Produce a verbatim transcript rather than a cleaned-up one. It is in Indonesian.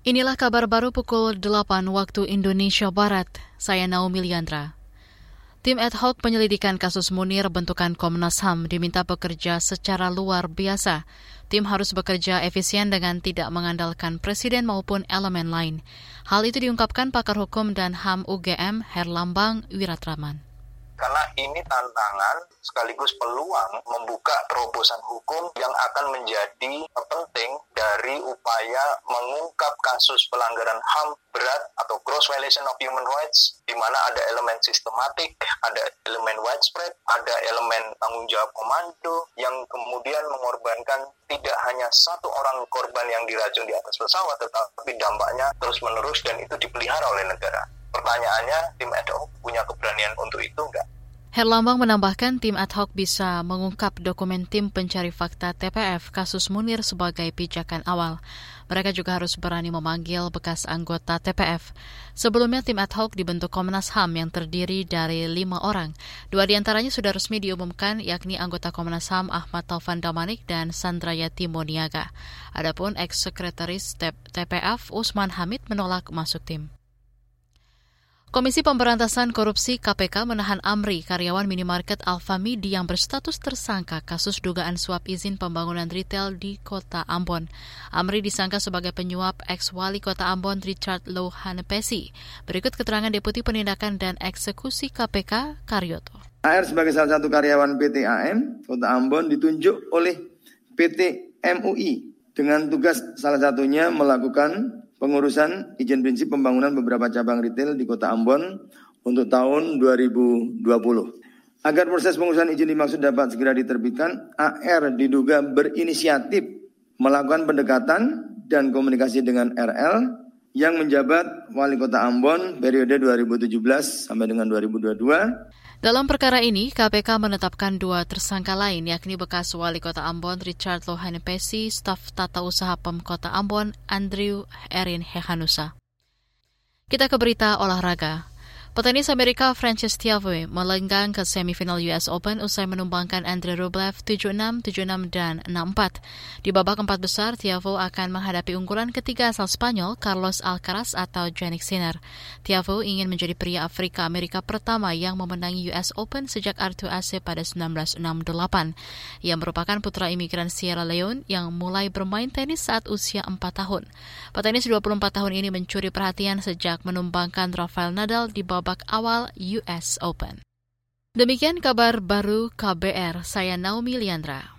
Inilah kabar baru pukul delapan waktu Indonesia Barat. Saya Naomi Liandra. Tim ad hoc penyelidikan kasus Munir bentukan Komnas H A M diminta bekerja secara luar biasa. Tim harus bekerja efisien dengan tidak mengandalkan presiden maupun elemen lain. Hal itu diungkapkan pakar hukum dan H A M U G M Herlambang Wiratraman. Karena ini tantangan sekaligus peluang membuka terobosan hukum yang akan menjadi penting dari upaya mengungkap kasus pelanggaran H A M berat atau gross violation of human rights, di mana ada elemen sistematik, ada elemen widespread, ada elemen tanggung jawab komando yang kemudian mengorbankan tidak hanya satu orang korban yang diracun di atas pesawat, tetapi dampaknya terus-menerus dan itu dipelihara oleh negara. Pertanyaannya, tim ad hoc punya keberanian untuk itu enggak? Herlambang menambahkan tim ad hoc bisa mengungkap dokumen tim pencari fakta T P F kasus Munir sebagai pijakan awal. Mereka juga harus berani memanggil bekas anggota T P F. Sebelumnya tim ad hoc dibentuk Komnas H A M yang terdiri dari lima orang. Dua diantaranya sudah resmi diumumkan, yakni anggota Komnas H A M Ahmad Taufan Damanik dan Sandrayati Moniaga. Adapun ex-sekretaris T P F Usman Hamid menolak masuk tim. Komisi Pemberantasan Korupsi K P K menahan Amri, karyawan minimarket Alfamidi yang berstatus tersangka kasus dugaan suap izin pembangunan retail di Kota Ambon. Amri disangka sebagai penyuap ex-wali Kota Ambon Richard Louhanepesi. Berikut keterangan Deputi Penindakan dan Eksekusi K P K, Karyoto. A R sebagai salah satu karyawan P T A M Kota Ambon ditunjuk oleh P T M U I dengan tugas salah satunya melakukan pengurusan izin prinsip pembangunan beberapa cabang retail di Kota Ambon untuk tahun dua ribu dua puluh. Agar proses pengurusan izin dimaksud dapat segera diterbitkan, A R diduga berinisiatif melakukan pendekatan dan komunikasi dengan R L yang menjabat Wali Kota Ambon periode dua ribu tujuh belas sampai dengan dua ribu dua puluh dua. Dalam perkara ini, K P K menetapkan dua tersangka lain, yakni bekas Wali Kota Ambon Richard Louhanepesi, staf tata usaha Pemkota Ambon Andrew Erin Hehanusa. Kita ke berita olahraga. Petenis Amerika Frances Tiafoe melenggang ke semifinal U S Open usai menumbangkan Andre Rublev tujuh enam, tujuh enam, dan enam empat. Di babak empat besar, Tiafoe akan menghadapi unggulan ketiga asal Spanyol Carlos Alcaraz atau Jannik Sinner. Tiafoe ingin menjadi pria Afrika-Amerika pertama yang memenangi U S Open sejak Arthur Ashe pada seribu sembilan ratus enam puluh delapan. Ia merupakan putra imigran Sierra Leone yang mulai bermain tenis saat usia empat tahun. Petenis dua puluh empat tahun ini mencuri perhatian sejak menumbangkan Rafael Nadal di babak awal U S Open. Demikian kabar baru K B R, saya Naomi Liandra.